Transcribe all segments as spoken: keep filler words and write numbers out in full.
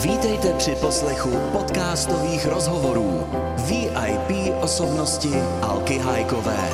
Vítejte při poslechu podcastových rozhovorů V I P osobnosti Alky Hájkové.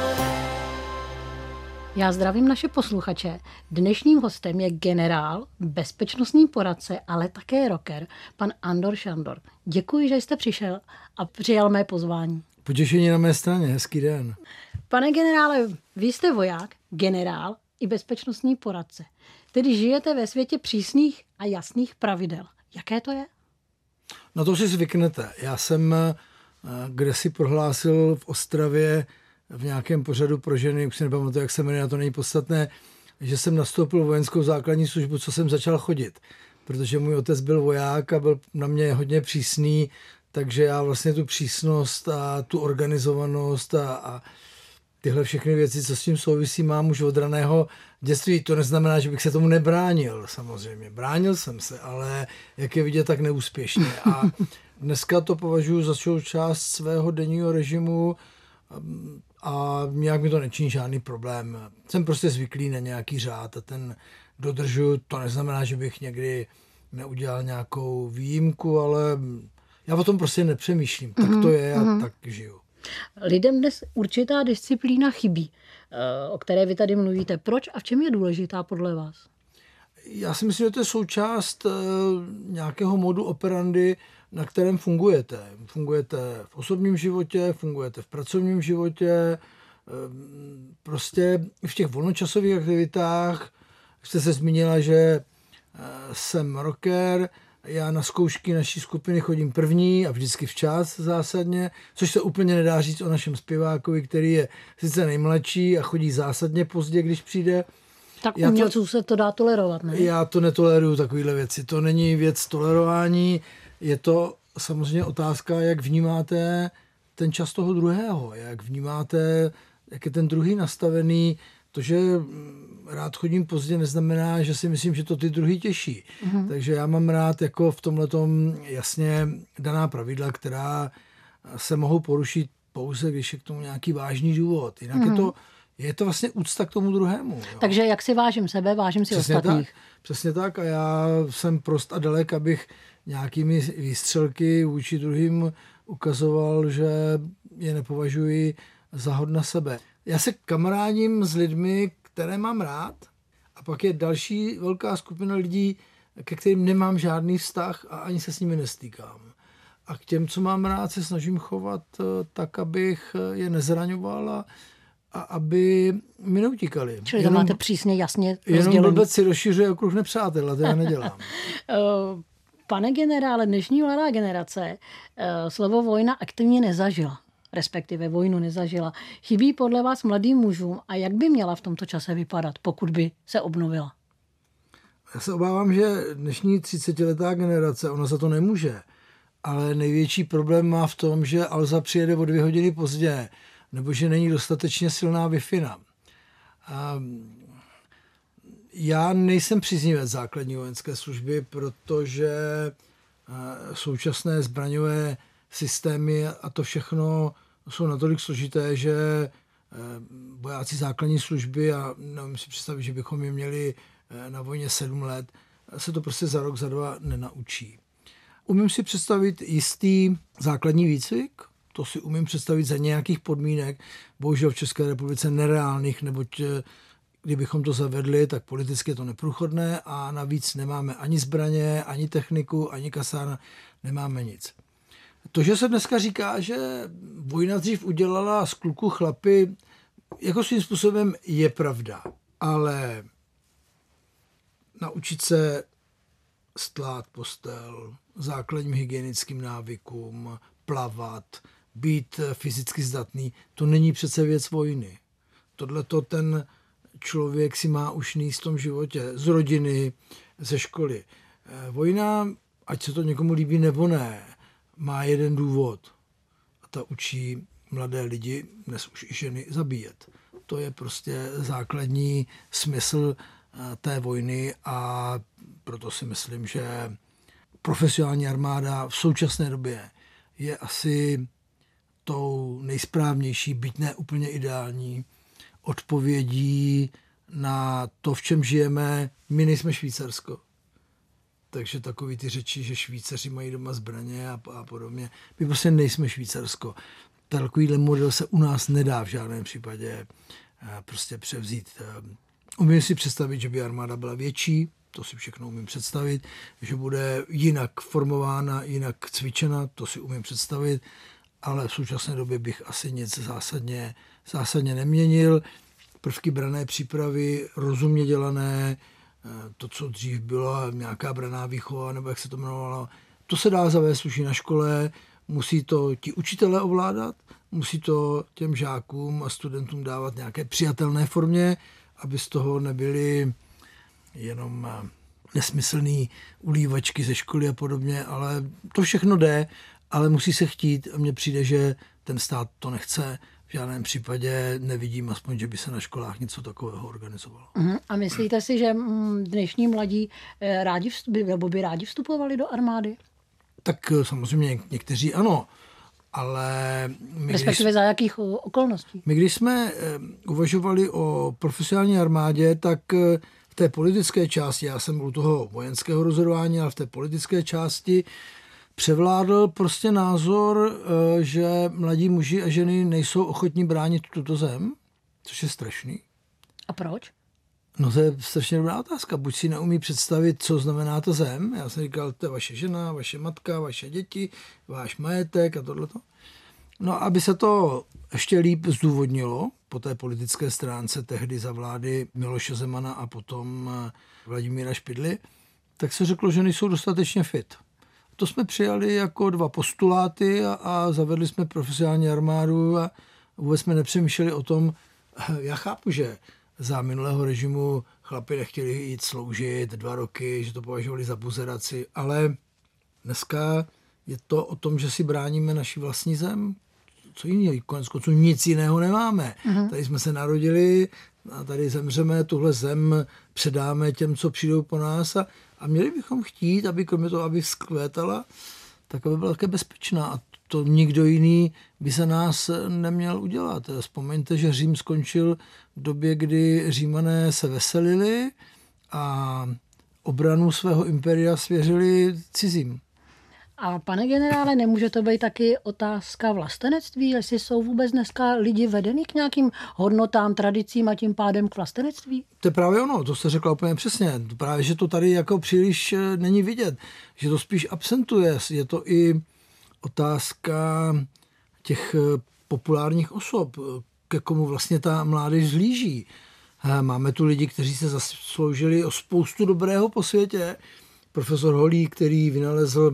Já zdravím naše posluchače. Dnešním hostem je generál, bezpečnostní poradce, ale také rocker, pan Andor Šandor. Děkuji, že jste přišel a přijal mé pozvání. Potěšení na mé straně, hezký den. Pane generále, vy jste voják, generál i bezpečnostní poradce. Tedy žijete ve světě přísných a jasných pravidel. Jaké to je? Na to si zvyknete. Já jsem kdesi prohlásil v Ostravě v nějakém pořadu pro ženy, už si nepamatuji, jak se jmenuje, na to není podstatné, že jsem nastoupil vojenskou základní službu, co jsem začal chodit. Protože můj otec byl voják a byl na mě hodně přísný, takže já vlastně tu přísnost a tu organizovanost a, a tyhle všechny věci, co s tím souvisí, mám už od raného dětství. To neznamená, že bych se tomu nebránil, samozřejmě. Bránil jsem se, ale jak je vidět, tak neúspěšně. A dneska to považuji za součást svého denního režimu a nějak mi to nečiní žádný problém. Jsem prostě zvyklý na nějaký řád a ten dodržuju. To neznamená, že bych někdy neudělal nějakou výjimku, ale já o tom prostě nepřemýšlím. Tak to je, já tak žiju. Lidem dnes určitá disciplína chybí, o které vy tady mluvíte. Proč a v čem je důležitá podle vás? Já si myslím, že to je součást nějakého modu operandy, na kterém fungujete. Fungujete v osobním životě, fungujete v pracovním životě, prostě v těch volnočasových aktivitách. Jste se zmínila, že jsem rocker, já na zkoušky naší skupiny chodím první a vždycky včas zásadně, což se úplně nedá říct o našem zpěvákovi, který je sice nejmladší a chodí zásadně pozdě, když přijde. Tak umělců se to dá tolerovat, ne? Já to netoleruju, takovýhle věci. To není věc tolerování, je to samozřejmě otázka, jak vnímáte ten čas toho druhého, jak vnímáte, jak je ten druhý nastavený. To, že rád chodím pozdě, neznamená, že si myslím, že to ty druhý těší. Mm-hmm. Takže já mám rád jako v tomhletom jasně daná pravidla, která se mohou porušit pouze, když je k tomu nějaký vážný důvod. Jinak mm-hmm. je to je to vlastně úcta k tomu druhému. Jo. Takže jak si vážím sebe, vážím si Přesně ostatních. Tak, přesně tak a já jsem prost a dalek, abych nějakými výstřelky vůči druhým ukazoval, že je nepovažuji za hodna sebe. Já se kamarádím s lidmi, které mám rád, a pak je další velká skupina lidí, ke kterým nemám žádný vztah a ani se s nimi nestýkám. A k těm, co mám rád, se snažím chovat tak, abych je nezraňoval a, a aby mi neutíkali. Čili to máte přísně jasně rozdělený. Jenom blbec si rozšiřuje okruh nepřátel, a to já nedělám. Pane generále, dnešní mladá generace slovo vojna aktivně nezažila. Respektive vojnu nezažila. Chybí podle vás mladým mužům a jak by měla v tomto čase vypadat, pokud by se obnovila? Já se obávám, že dnešní třicetiletá generace, ona za to nemůže, ale největší problém má v tom, že Alza přijede o dvě hodiny pozdě, nebo že není dostatečně silná Wi-Fi. Já nejsem příznivec základní vojenské služby, protože současné zbraňové systémy a to všechno jsou natolik složité, že vojáci základní služby, a nevím si představit, že bychom je měli na vojně sedm let, se to prostě za rok, za dva nenaučí. Umím si představit jistý základní výcvik, to si umím představit za nějakých podmínek, bohužel v České republice nereálných, neboť kdybychom to zavedli, tak politicky je to neprůchodné a navíc nemáme ani zbraně, ani techniku, ani kasárna, nemáme nic. To, že se dneska říká, že vojna dřív udělala z kluků chlapy, jako svým způsobem je pravda, ale naučit se stlát postel, základním hygienickým návykům, plavat, být fyzicky zdatný, to není přece věc vojny. Tohleto ten člověk si má už nést v tom životě, z rodiny, ze školy. Vojna, ať se to někomu líbí nebo ne, má jeden důvod. A ta učí mladé lidi, dnes už i ženy, zabíjet. To je prostě základní smysl té vojny a proto si myslím, že profesionální armáda v současné době je asi tou nejsprávnější, byť ne úplně ideální, odpovědí na to, v čem žijeme. My nejsme Švýcarsko. takže takový ty řeči, že Švýcaři mají doma zbraně a, a podobně. My prostě nejsme Švýcarsko. Takovýhle model se u nás nedá v žádném případě prostě převzít. Umím si představit, že by armáda byla větší, to si všechno umím představit, že bude jinak formována, jinak cvičena, to si umím představit, ale v současné době bych asi nic zásadně, zásadně neměnil. Prvky branné přípravy, rozumně dělané, to, co dřív byla nějaká branná výchova, nebo jak se to jmenovalo, to se dá zavést už i na škole, musí to ti učitelé ovládat, musí to těm žákům a studentům dávat nějaké přijatelné formě, aby z toho nebyly jenom nesmyslný ulívačky ze školy a podobně, ale to všechno jde, ale musí se chtít a mně přijde, že ten stát to nechce. V žádném případě nevidím aspoň, že by se na školách něco takového organizovalo. Uh-huh. A myslíte si, že dnešní mladí rádi vstup, nebo by rádi vstupovali do armády? Tak samozřejmě někteří ano, ale... My, respektive když, za jakých okolností? My když jsme uvažovali o profesionální armádě, tak v té politické části, já jsem u toho vojenského rozhodování, ale v té politické části převládl prostě názor, že mladí muži a ženy nejsou ochotní bránit tuto zem, což je strašný. A proč? No to je strašně dobrá otázka. Buď si neumí představit, co znamená ta zem. Já jsem říkal, to je vaše žena, vaše matka, vaše děti, váš majetek a tohleto. No aby se to ještě líp zdůvodnilo po té politické stránce tehdy za vlády Miloše Zemana a potom Vladimíra Špidly, tak se řeklo, že nejsou dostatečně fit. To jsme přijali jako dva postuláty a, a zavedli jsme profesionální armádu a vůbec jsme nepřemýšleli o tom. Já chápu, že za minulého režimu chlapi nechtěli jít sloužit dva roky, že to považovali za buzeraci, ale dneska je to o tom, že si bráníme naši vlastní zem. Co jiného? Konec konců nic jiného nemáme. Uh-huh. Tady jsme se narodili a tady zemřeme, tuhle zem předáme těm, co přijdou po nás a, a měli bychom chtít, aby kromě toho, aby vzkvétala, tak aby byla také bezpečná. A to nikdo jiný by se nás neměl udělat. Vzpomeňte, že Řím skončil v době, kdy Římané se veselili a obranu svého impéria svěřili cizím. A pane generále, nemůže to být taky otázka vlastenectví, jestli jsou vůbec dneska lidi vedení k nějakým hodnotám, tradicím a tím pádem k vlastenectví? To je právě ono, to jste řekla úplně přesně. Právě, že to tady jako příliš není vidět, že to spíš absentuje. Je to i otázka těch populárních osob, ke komu vlastně ta mládež zlíží. Máme tu lidi, kteří se zasloužili o spoustu dobrého po světě. Profesor Holík, který vynalezl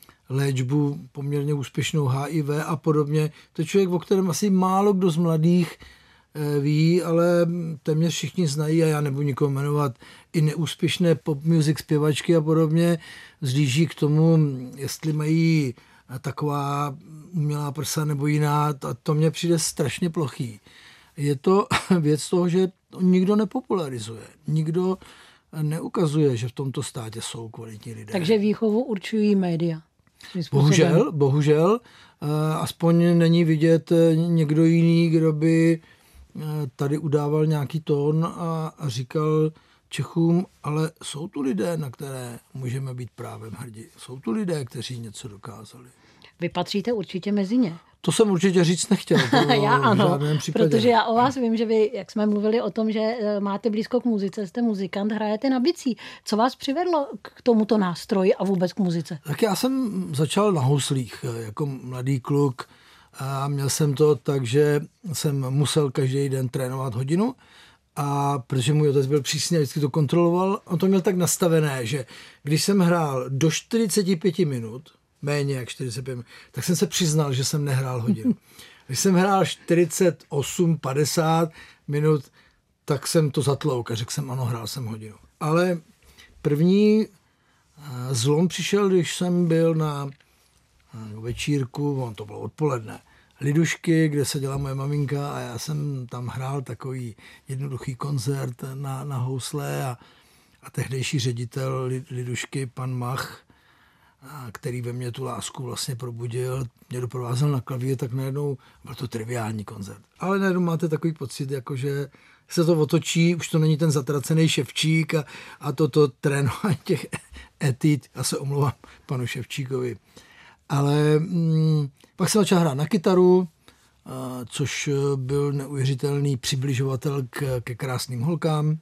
léčbu poměrně úspěšnou H I V a podobně. To je člověk, o kterém asi málo kdo z mladých ví, ale téměř všichni znají a já nebudu nikoho jmenovat. I neúspěšné pop music zpěvačky a podobně zlíží k tomu, jestli mají taková umělá prsa nebo jiná. A to mně přijde strašně plochý. Je to věc toho, že nikdo nepopularizuje. Nikdo neukazuje, že v tomto státě jsou kvalitní lidé. Takže výchovu určují média. Bohužel, bohužel, aspoň není vidět někdo jiný, kdo by tady udával nějaký tón a, a říkal Čechům, ale jsou tu lidé, na které můžeme být právem hrdí. Jsou tu lidé, kteří něco dokázali. Vy patříte určitě mezi ně. To jsem určitě říct nechtěl. Já ano, protože já o vás vím, že vy, jak jsme mluvili o tom, že máte blízko k muzice, jste muzikant, hrajete na bicí. Co vás přivedlo k tomuto nástroji a vůbec k muzice? Tak já jsem začal na houslích jako mladý kluk a měl jsem to tak, že jsem musel každý den trénovat hodinu a protože můj otec byl přísně a vždycky to kontroloval, on to měl tak nastavené, že když jsem hrál do čtyřicet pět minut, méně jak čtyřicet pět minut, tak jsem se přiznal, že jsem nehrál hodinu. Když jsem hrál čtyřicet osm padesát minut, tak jsem to zatlouk a řekl jsem, ano, hrál jsem hodinu. Ale první zlom přišel, když jsem byl na večírku, on to bylo odpoledne, Lidušky, kde se dělá moje maminka a já jsem tam hrál takový jednoduchý koncert na, na housle a, a tehdejší ředitel Lidušky, pan Mach, který ve mně tu lásku vlastně probudil, mě doprovázel na klavír, tak najednou byl to triviální koncert. Ale najednou máte takový pocit, jako že se to otočí, už to není ten zatracený ševčík a, a toto trénování těch etude, já se omlouvám panu Ševčíkovi. Ale mm, pak jsem začal hrát na kytaru, a, což byl neuvěřitelný přibližovatel k, ke krásným holkám.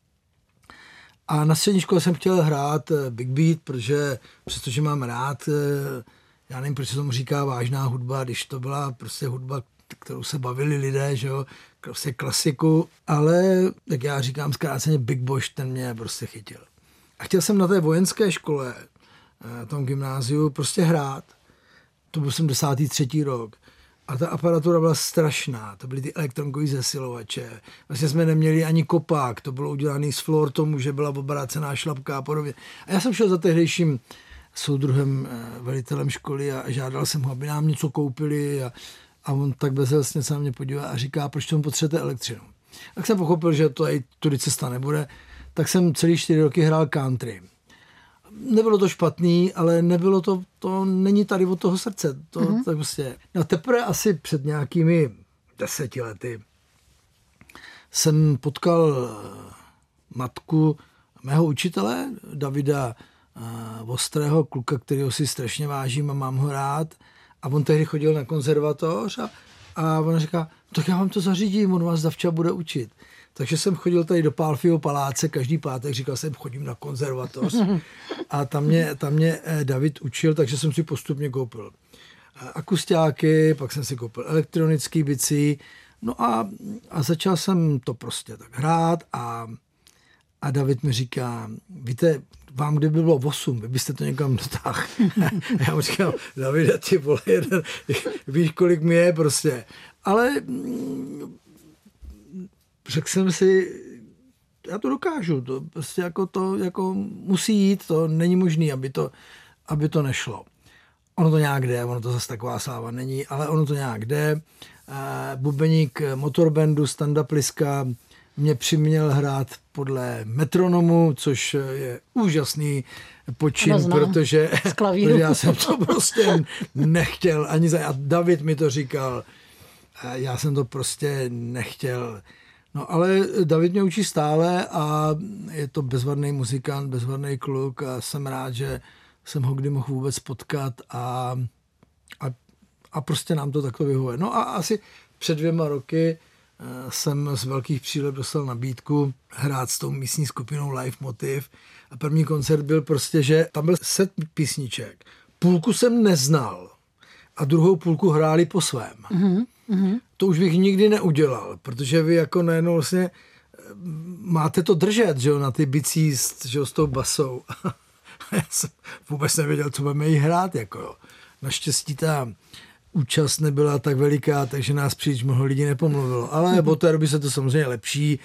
A na střední škole jsem chtěl hrát big beat, protože přestože mám rád, já nevím, proč se tomu říká vážná hudba, když to byla prostě hudba, kterou se bavili lidé, že jo, prostě klasiku, ale tak já říkám zkráceně Big Boš, ten mě prostě chytil. A chtěl jsem na té vojenské škole, na tom gymnáziu, prostě hrát. To byl jsem desátý třetí rok. A ta aparatura byla strašná. To byly ty elektronkový zesilovače. Vlastně jsme neměli ani kopák. To bylo udělané z floor tomu, že byla obrácená šlapka a podobně. A já jsem šel za tehdejším soudruhem, velitelem školy a žádal jsem ho, aby nám něco koupili a, a on tak bezhelstně se na mě podíval a říká, proč tomu potřebujete elektřinu. Tak jsem pochopil, že to i tudy cesta nebude. Tak jsem celý čtyři roky hrál country. Nebylo to špatný, ale nebylo to, to není tady od toho srdce. To, mm-hmm. tak prostě. No teprve asi před nějakými deseti lety jsem potkal matku mého učitele, Davida Vostrého, kluka, kterého si strašně vážím a mám ho rád. A on tehdy chodil na konzervatoř a, a ona říká, tak já vám to zařídím, on vás zavčas bude učit. Takže jsem chodil tady do Pálfyho paláce každý pátek, říkal jsem, chodím na konzervatoř a tam mě, tam mě David učil, takže jsem si postupně koupil akustiáky, pak jsem si koupil elektronický bicí, no a, a začal jsem to prostě tak hrát a, a David mi říká, víte, vám kdyby bylo osm, vy byste to někam dotáhl. Já mu říkám, Davide, ty vole, jeden, víš, kolik mi je prostě. Ale řekl jsem si, já to dokážu, to prostě jako to jako musí jít, to není možné, aby to, aby to nešlo. Ono to nějak jde, ono to zase taková sláva není, ale ono to nějak jde. Bubeník motorbandu Standa Pliska mě přiměl hrát podle metronomu, což je úžasný počin, ano, protože, protože já jsem to prostě nechtěl ani za... A David mi to říkal, já jsem to prostě nechtěl. No ale David mě učí stále a je to bezvadný muzikant, bezvadný kluk a jsem rád, že jsem ho kdy mohl vůbec potkat a, a, a prostě nám to takto vyhovuje. No a asi před dvěma roky jsem z velkých přílep dostal nabídku hrát s tou místní skupinou Live Motiv a první koncert byl prostě, že tam byl set písniček. Půlku jsem neznal a druhou půlku hráli po svém. Mm-hmm. To už bych nikdy neudělal, protože vy jako najednou vlastně máte to držet, že jo, na ty bicí s, že jo, s tou basou. A já jsem vůbec nevěděl, co budeme jí hrát, jako jo. Naštěstí ta účast nebyla tak veliká, takže nás příliš mnoho lidí nepomluvilo. Ale od té doby se to samozřejmě lepší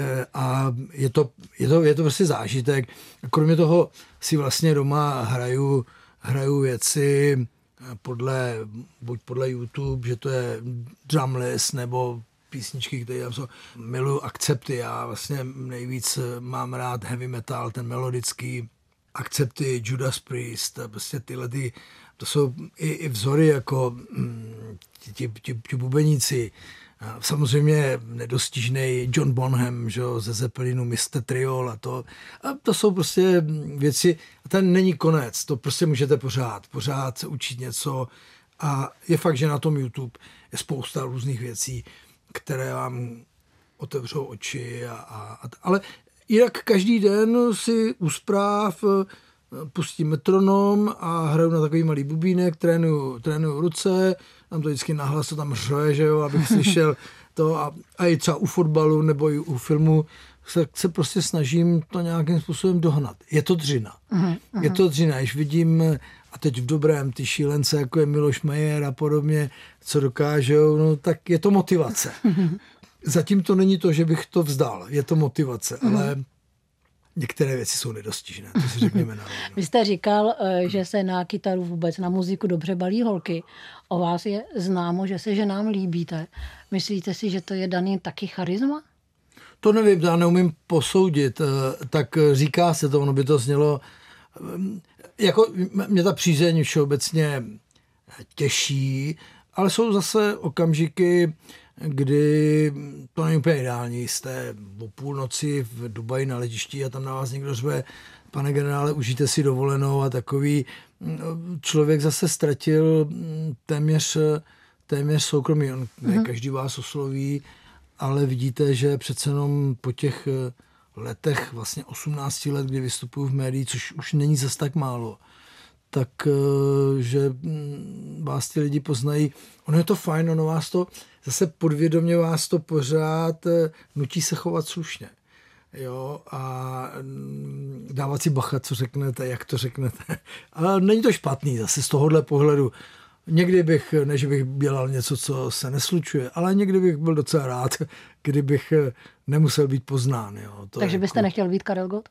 a je to, je to, je to prostě zážitek. A kromě toho si vlastně doma hraju, hraju věci podle, buď podle YouTube, že to je drumless, nebo písničky, které tam jsou. Miluju akcepty, já vlastně nejvíc mám rád heavy metal, ten melodický, akcepty, Judas Priest, a prostě tyhle ty, to jsou i, i vzory jako ti, ti, ti, ti bubeníci. A samozřejmě nedostižný John Bonham, že, ze Zeppelinu, mister Triol a to. A to jsou prostě věci, a ten není konec, to prostě můžete pořád, pořád se učit něco a je fakt, že na tom YouTube je spousta různých věcí, které vám otevřou oči a, a, a ale jinak každý den si u zpráv pustím metronom a hraju na takový malý bubínek, trénuju, trénuju ruce, tam to vždycky nahlas to tam řve, že jo, abych slyšel to a, a i třeba u fotbalu nebo i u filmu se, se prostě snažím to nějakým způsobem dohnat. Je to dřina. Uh-huh, uh-huh. Je to dřina, když vidím, a teď v dobrém, ty šílence, jako je Miloš Majer a podobně, co dokážou, no tak je to motivace. Zatím to není to, že bych to vzdal, je to motivace, uh-huh. ale některé věci jsou nedostižné, to si řekněme na rovinu. Vy jste říkal, že se na kytaru vůbec, na muziku dobře balí holky. O vás je známo, že se ženám líbíte. Myslíte si, že to je daný taky charisma? To nevím, já neumím posoudit. Tak říká se to, ono by to znělo... Jako mě ta přízeň všeobecně těší, ale jsou zase okamžiky, kdy to není úplně ideální, jste o půlnoci v Dubaji na letišti a tam na vás někdo řve, pane generále, užijte si dovolenou a takový. Člověk zase ztratil téměř, téměř soukromí. On, ne mm-hmm. každý vás osloví, ale vidíte, že přece jenom po těch letech, vlastně osmnácti let, kdy vystupuju v médiích, což už není zas tak málo, tak že vás ty lidi poznají. Ono je to fajn, ono vás to, zase podvědomě vás to pořád nutí se chovat slušně. Jo, a dávat si bacha, co řeknete, jak to řeknete. Ale není to špatný zase z tohohle pohledu. Někdy bych, než bych dělal něco, co se neslučuje, ale někdy bych byl docela rád, kdybych nemusel být poznán. Jo. To Takže byste jako... nechtěl být Karel Gott?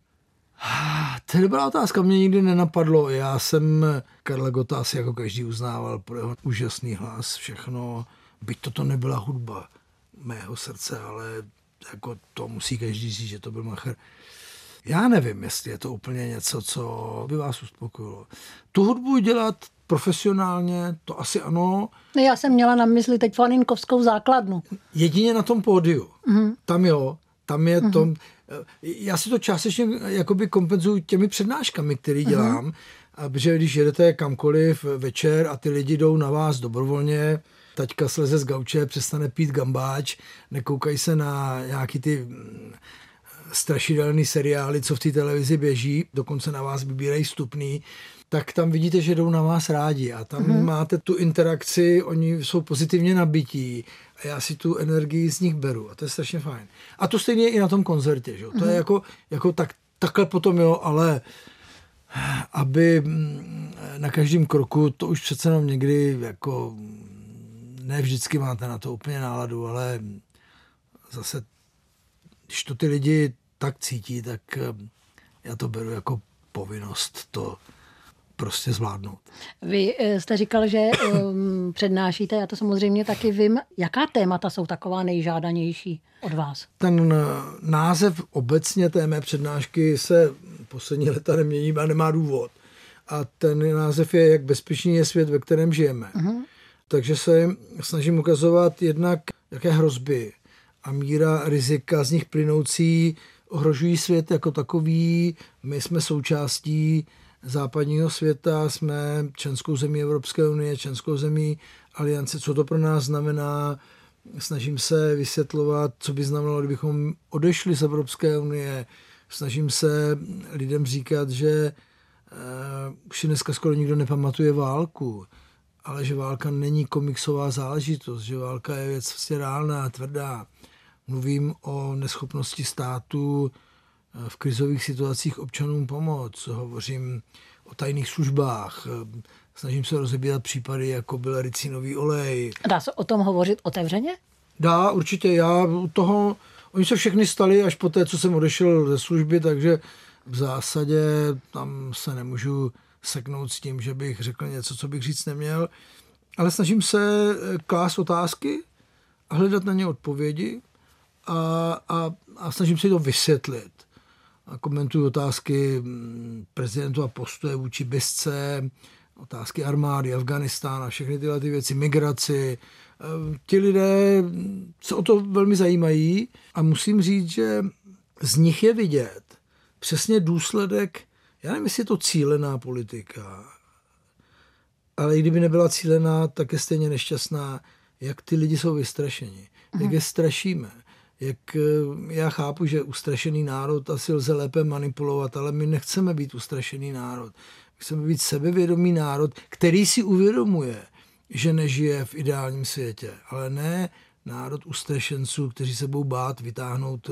To je dobrá otázka, mě nikdy nenapadlo. Já jsem Karla Gotta asi jako každý uznával pro jeho úžasný hlas, všechno. Byť toto nebyla hudba mého srdce, ale jako to musí každý říct, že to byl macher. Já nevím, jestli je to úplně něco, co by vás uspokojilo. Tu hudbu dělat profesionálně, to asi ano. Já jsem měla na mysli teď Faninkovskou základnu. Jedině na tom pódiu. Mm-hmm. Tam jo, tam je mm-hmm. tom... Já si to částečně jakoby kompenzuju těmi přednáškami, které dělám, mm-hmm. protože když jedete kamkoliv večer a ty lidi jdou na vás dobrovolně, taťka sleze z gauče, přestane pít gambáč, nekoukají se na nějaký ty strašidelný seriály, co v té televizi běží, dokonce na vás vybírají vstupný, tak tam vidíte, že jdou na vás rádi a tam mm-hmm. máte tu interakci, oni jsou pozitivně nabití a já si tu energii z nich beru a to je strašně fajn. A to stejně je i na tom koncertě, že? Mm-hmm. To je jako, jako tak, takhle potom, jo, ale aby na každém kroku, to už přece jenom někdy jako ne vždycky máte na to úplně náladu, ale zase, když to ty lidi tak cítí, tak já to beru jako povinnost to prostě zvládnout. Vy jste říkal, že um, přednášíte, já to samozřejmě taky vím. Jaká témata jsou taková nejžádanější od vás? Ten název obecně té mé přednášky se poslední leta nemění a nemá důvod. A ten název je, jak bezpečný je svět, ve kterém žijeme. Uh-huh. Takže se snažím ukazovat jednak, jaké hrozby a míra rizika z nich plynoucí ohrožují svět jako takový. My jsme součástí západního světa, jsme členskou zemí Evropské unie, členskou zemí Aliance. Co to pro nás znamená? Snažím se vysvětlovat, co by znamenalo, kdybychom odešli z Evropské unie. Snažím se lidem říkat, že uh, už si dneska skoro nikdo nepamatuje válku, ale že válka není komiksová záležitost, že válka je věc vlastně reálná, tvrdá. Mluvím o neschopnosti státu v krizových situacích občanům pomoct. Hovořím o tajných službách. Snažím se rozebírat případy, jako byl ricinový olej. Dá se o tom hovořit otevřeně? Dá, určitě. Já u toho... Oni se všechny stali až po té, co jsem odešel ze služby, takže v zásadě tam se nemůžu seknout s tím, že bych řekl něco, co bych říct neměl. Ale snažím se klást otázky a hledat na ně odpovědi a, a, a snažím se to vysvětlit. A komentuju otázky prezidentova postoje vůči BISce, otázky armády, Afghánistána, všechny tyhle ty věci, migraci. Ti lidé se o to velmi zajímají a musím říct, že z nich je vidět přesně důsledek, já nevím, jestli je to cílená politika, ale i kdyby nebyla cílená, tak je stejně nešťastná, jak ty lidi jsou vystrašeni, mm. jak je strašíme. Jak já chápu, že ustrašený národ asi lze lépe manipulovat, ale my nechceme být ustrašený národ. Chceme být sebevědomý národ, který si uvědomuje, že nežije v ideálním světě, ale ne národ ustrašenců, kteří se budou bát vytáhnout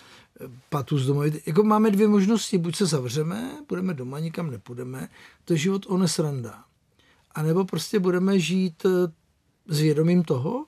patu z doma. Jako máme dvě možnosti, buď se zavřeme, budeme doma, nikam nepůjdeme, to je život o nesranda. A nebo prostě budeme žít s vědomím toho,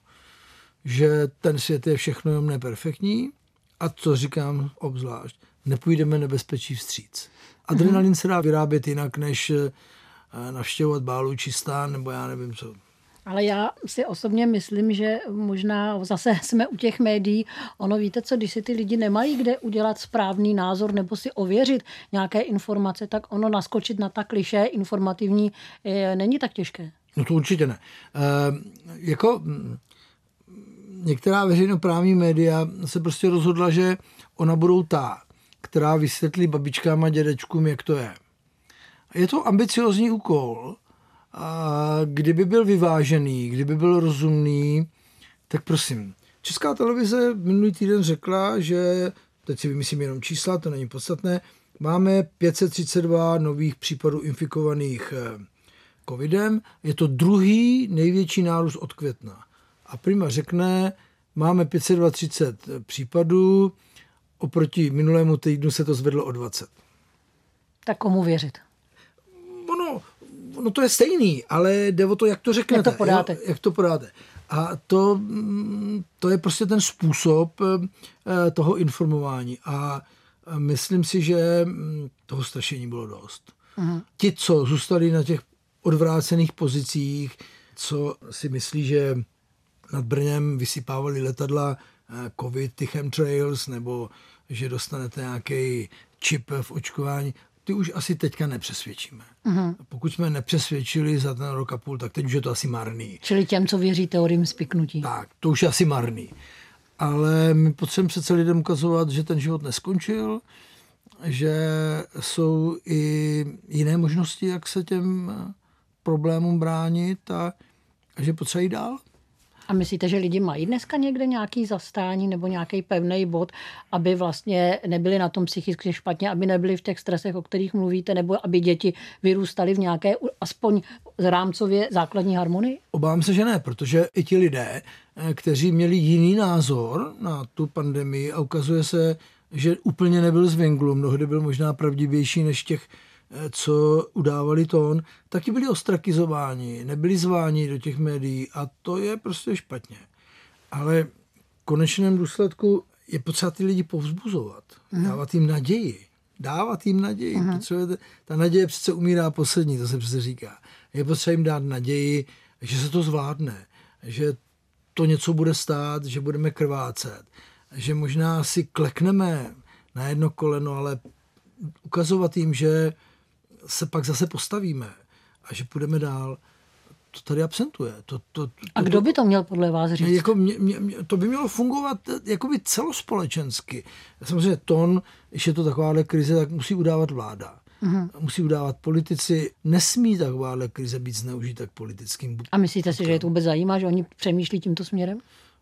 že ten svět je všechno jenom neperfektní a co říkám obzvlášť, nepůjdeme nebezpečí vstříc. Adrenalin se dá vyrábět jinak, než navštěvovat Bálučistán nebo já nevím co. Ale já si osobně myslím, že možná zase jsme u těch médií. Ono víte co, když si ty lidi nemají kde udělat správný názor nebo si ověřit nějaké informace, tak ono naskočit na ta klišé informativní je, není tak těžké. No to určitě ne. E, jako některá veřejnoprávní média se prostě rozhodla, že ona budou ta, která vysvětlí babičkám a dědečkům, jak to je. Je to ambiciózní úkol. A kdyby byl vyvážený, kdyby byl rozumný, tak prosím. Česká televize minulý týden řekla, že, teď si vymyslím jenom čísla, to není podstatné, máme pět set třicet dva nových případů infikovaných covidem. Je to druhý největší nárůst od května. A Prima řekne, máme pět set třicet dva případů, oproti minulému týdnu se to zvedlo o dvacet. Tak komu věřit? Ono, no to je stejný, ale jde o to, jak to řeknete. Jak to podáte. Jo? Jak to podáte. A to, to je prostě ten způsob toho informování. A myslím si, že toho strašení bylo dost. Uh-huh. Ti, co zůstali na těch odvrácených pozicích, co si myslí, že nad Brnem vysypávali letadla covid, ty chemtrails, nebo že dostanete nějaký čip v očkování, ty už asi teďka nepřesvědčíme. Uh-huh. Pokud jsme nepřesvědčili za ten rok a půl, tak teď už je to asi marný. Čili těm, co věří teoriím spiknutí. Tak, to už je asi marný. Ale my potřebujeme přece lidem ukazovat, že ten život neskončil, že jsou i jiné možnosti, jak se těm problémům bránit a, a že potřebují dál. A myslíte, že lidi mají dneska někde nějaký zastání nebo nějaký pevný bod, aby vlastně nebyli na tom psychicky špatně, aby nebyli v těch stresech, o kterých mluvíte, nebo aby děti vyrůstaly v nějaké aspoň rámcově základní harmonii? Obávám se, že ne, protože i ti lidé, kteří měli jiný názor na tu pandemii a ukazuje se, že úplně nebyl z vinglu, mnohdy byl možná pravdivější než těch, co udávali tón, taky byli ostrakizováni, nebyli zváni do těch médií a to je prostě špatně. Ale v konečném důsledku je potřeba ty lidi povzbuzovat, uh-huh. dávat jim naději, dávat jim naději. Uh-huh. Ta naděje přece umírá poslední, to se přece říká. Je potřeba jim dát naději, že se to zvládne, že to něco bude stát, že budeme krvácet, že možná si klekneme na jedno koleno, ale ukazovat jim, že se pak zase postavíme a že půjdeme dál, to tady absentuje. To, to, to, a kdo by to měl podle vás říct? Jako mě, mě, to by mělo fungovat jakoby celospolečensky. Samozřejmě tón, když je to takováhle krize, tak musí udávat vláda. Uh-huh. Musí udávat politici. Nesmí takováhle krize být zneužita k politickým. A myslíte si, že je to vůbec zajímá, že oni přemýšlí tímto směrem?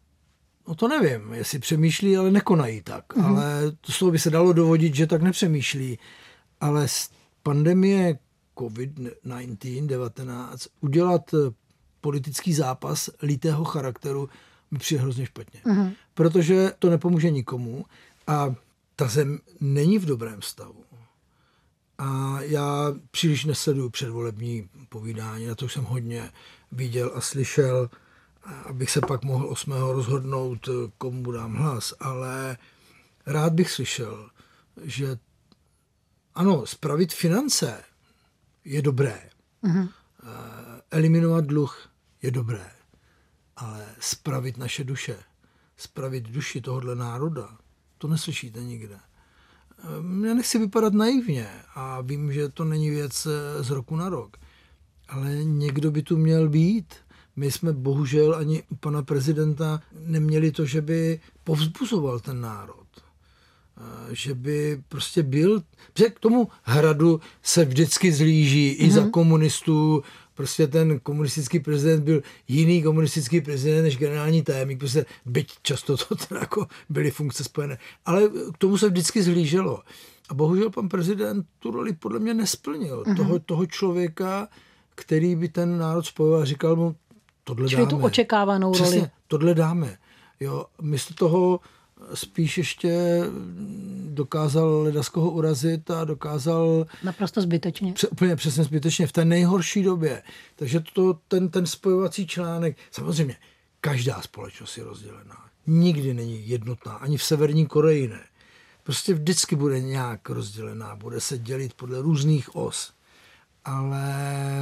No to nevím, jestli přemýšlí, ale nekonají tak. Uh-huh. Ale to z toho by se dalo dovodit, že tak nepřemýšlí. Ale pandemie covid devatenáct udělat politický zápas lítého charakteru mi přijde hrozně špatně. Uh-huh. Protože to nepomůže nikomu a ta zem není v dobrém stavu. A já příliš nesleduju předvolební povídání, na to jsem hodně viděl a slyšel, abych se pak mohl osmého rozhodnout, komu dám hlas, ale rád bych slyšel, že ano, spravit finance je dobré. Uh-huh. Eliminovat dluh je dobré. Ale spravit naše duše, spravit duši tohohle národa, to neslyšíte nikde. Já nechci vypadat naivně a vím, že to není věc z roku na rok. Ale někdo by tu měl být. My jsme bohužel ani u pana prezidenta neměli to, že by povzbuzoval ten národ. Že by prostě byl, protože k tomu hradu se vždycky zlíží mm-hmm. i za komunistů, prostě ten komunistický prezident byl jiný komunistický prezident než generální tajemník, prostě byť často to teda jako byly funkce spojené, ale k tomu se vždycky zlíželo. A bohužel pan prezident tu roli podle mě nesplnil. Mm-hmm. Toho, toho člověka, který by ten národ spojoval a říkal mu, tohle Čili dáme. tu očekávanou Přesně, roli. tohle dáme. Jo, místo toho spíš ještě dokázal ledaskoho urazit a dokázal... Naprosto zbytečně. Pře, úplně přesně zbytečně, v té nejhorší době. Takže to, ten, ten spojovací článek, samozřejmě, každá společnost je rozdělená. Nikdy není jednotná, ani v Severní Koreji ne. Prostě vždycky bude nějak rozdělená, bude se dělit podle různých os. Ale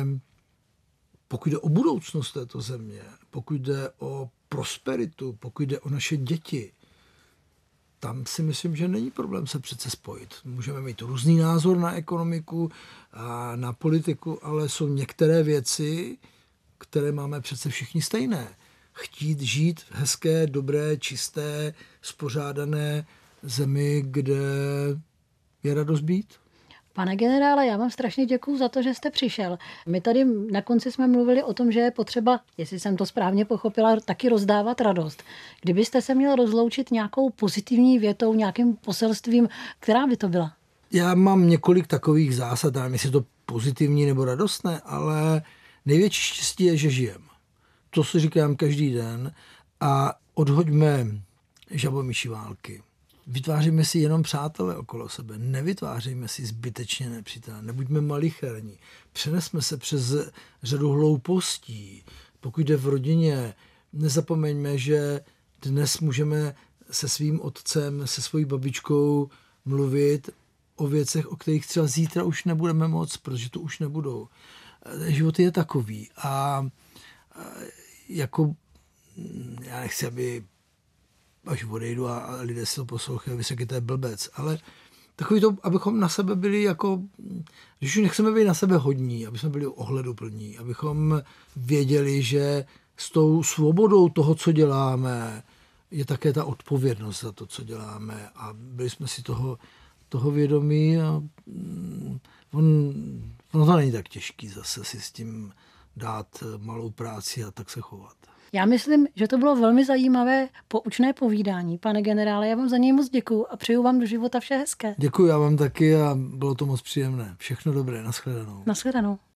pokud jde o budoucnost této země, pokud jde o prosperitu, pokud jde o naše děti, tam si myslím, že není problém se přece spojit. Můžeme mít různý názor na ekonomiku a na politiku, ale jsou některé věci, které máme přece všichni stejné. Chtít žít v hezké, dobré, čisté, spořádané zemi, kde je radost být. Pane generále, já vám strašně děkuju za to, že jste přišel. My tady na konci jsme mluvili o tom, že je potřeba, jestli jsem to správně pochopila, taky rozdávat radost. Kdybyste se měl rozloučit nějakou pozitivní větou, nějakým poselstvím, která by to byla? Já mám několik takových zásad, nevím, jestli je to pozitivní nebo radostné, ale největší štěstí je, že žijem. To si říkám každý den a odhoďme žabomyší války. Vytváříme si jenom přátelé okolo sebe, nevytvářejme si zbytečně nepřítele, nebuďme malicherní, přenesme se přes řadu hloupostí. Pokud jde v rodině, nezapomeňme, že dnes můžeme se svým otcem, se svojí babičkou mluvit o věcech, o kterých třeba zítra už nebudeme moc, protože to už nebudou. Život je takový a jako já nechci, aby až odejdu a lidé si to poslouchají, vy řekli, to je blbec, ale takový to, abychom na sebe byli jako, když už nechceme být na sebe hodní, aby jsme byli ohleduplní, abychom věděli, že s tou svobodou toho, co děláme, je také ta odpovědnost za to, co děláme a byli jsme si toho, toho vědomí a on, ono to není tak těžký zase si s tím dát malou práci a tak se chovat. Já myslím, že to bylo velmi zajímavé poučné povídání. Pane generále, já vám za něj moc děkuju a přeju vám do života vše hezké. Děkuji, já vám taky a bylo to moc příjemné. Všechno dobré, nashledanou. Nashledanou.